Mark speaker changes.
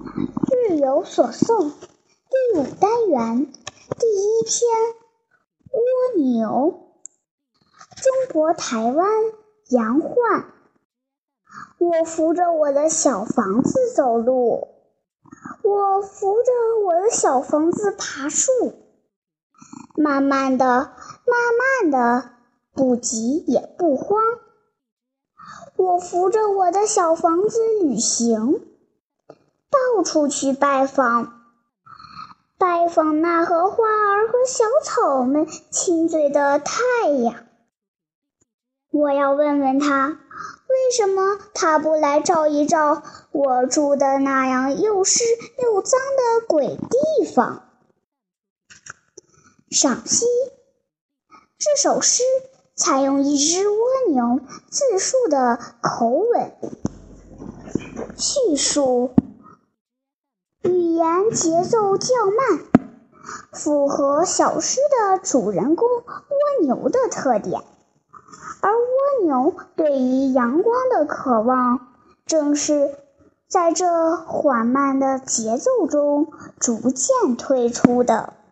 Speaker 1: 日有所诵第5单元第1篇蜗牛。中国台湾杨焕。我扶着我的小房子走路，我扶着我的小房子爬树，慢慢的，不急也不慌。我扶着我的小房子旅行，到处去拜访那和花儿和小草们亲嘴的太阳。我要问问他，为什么他不来照一照我住的那样又湿又脏的鬼地方？赏析：这首诗采用一只蜗牛自述的口吻叙述，语言节奏较慢，符合小诗的主人公蜗牛的特点。而蜗牛对于阳光的渴望，正是在这缓慢的节奏中逐渐推出的。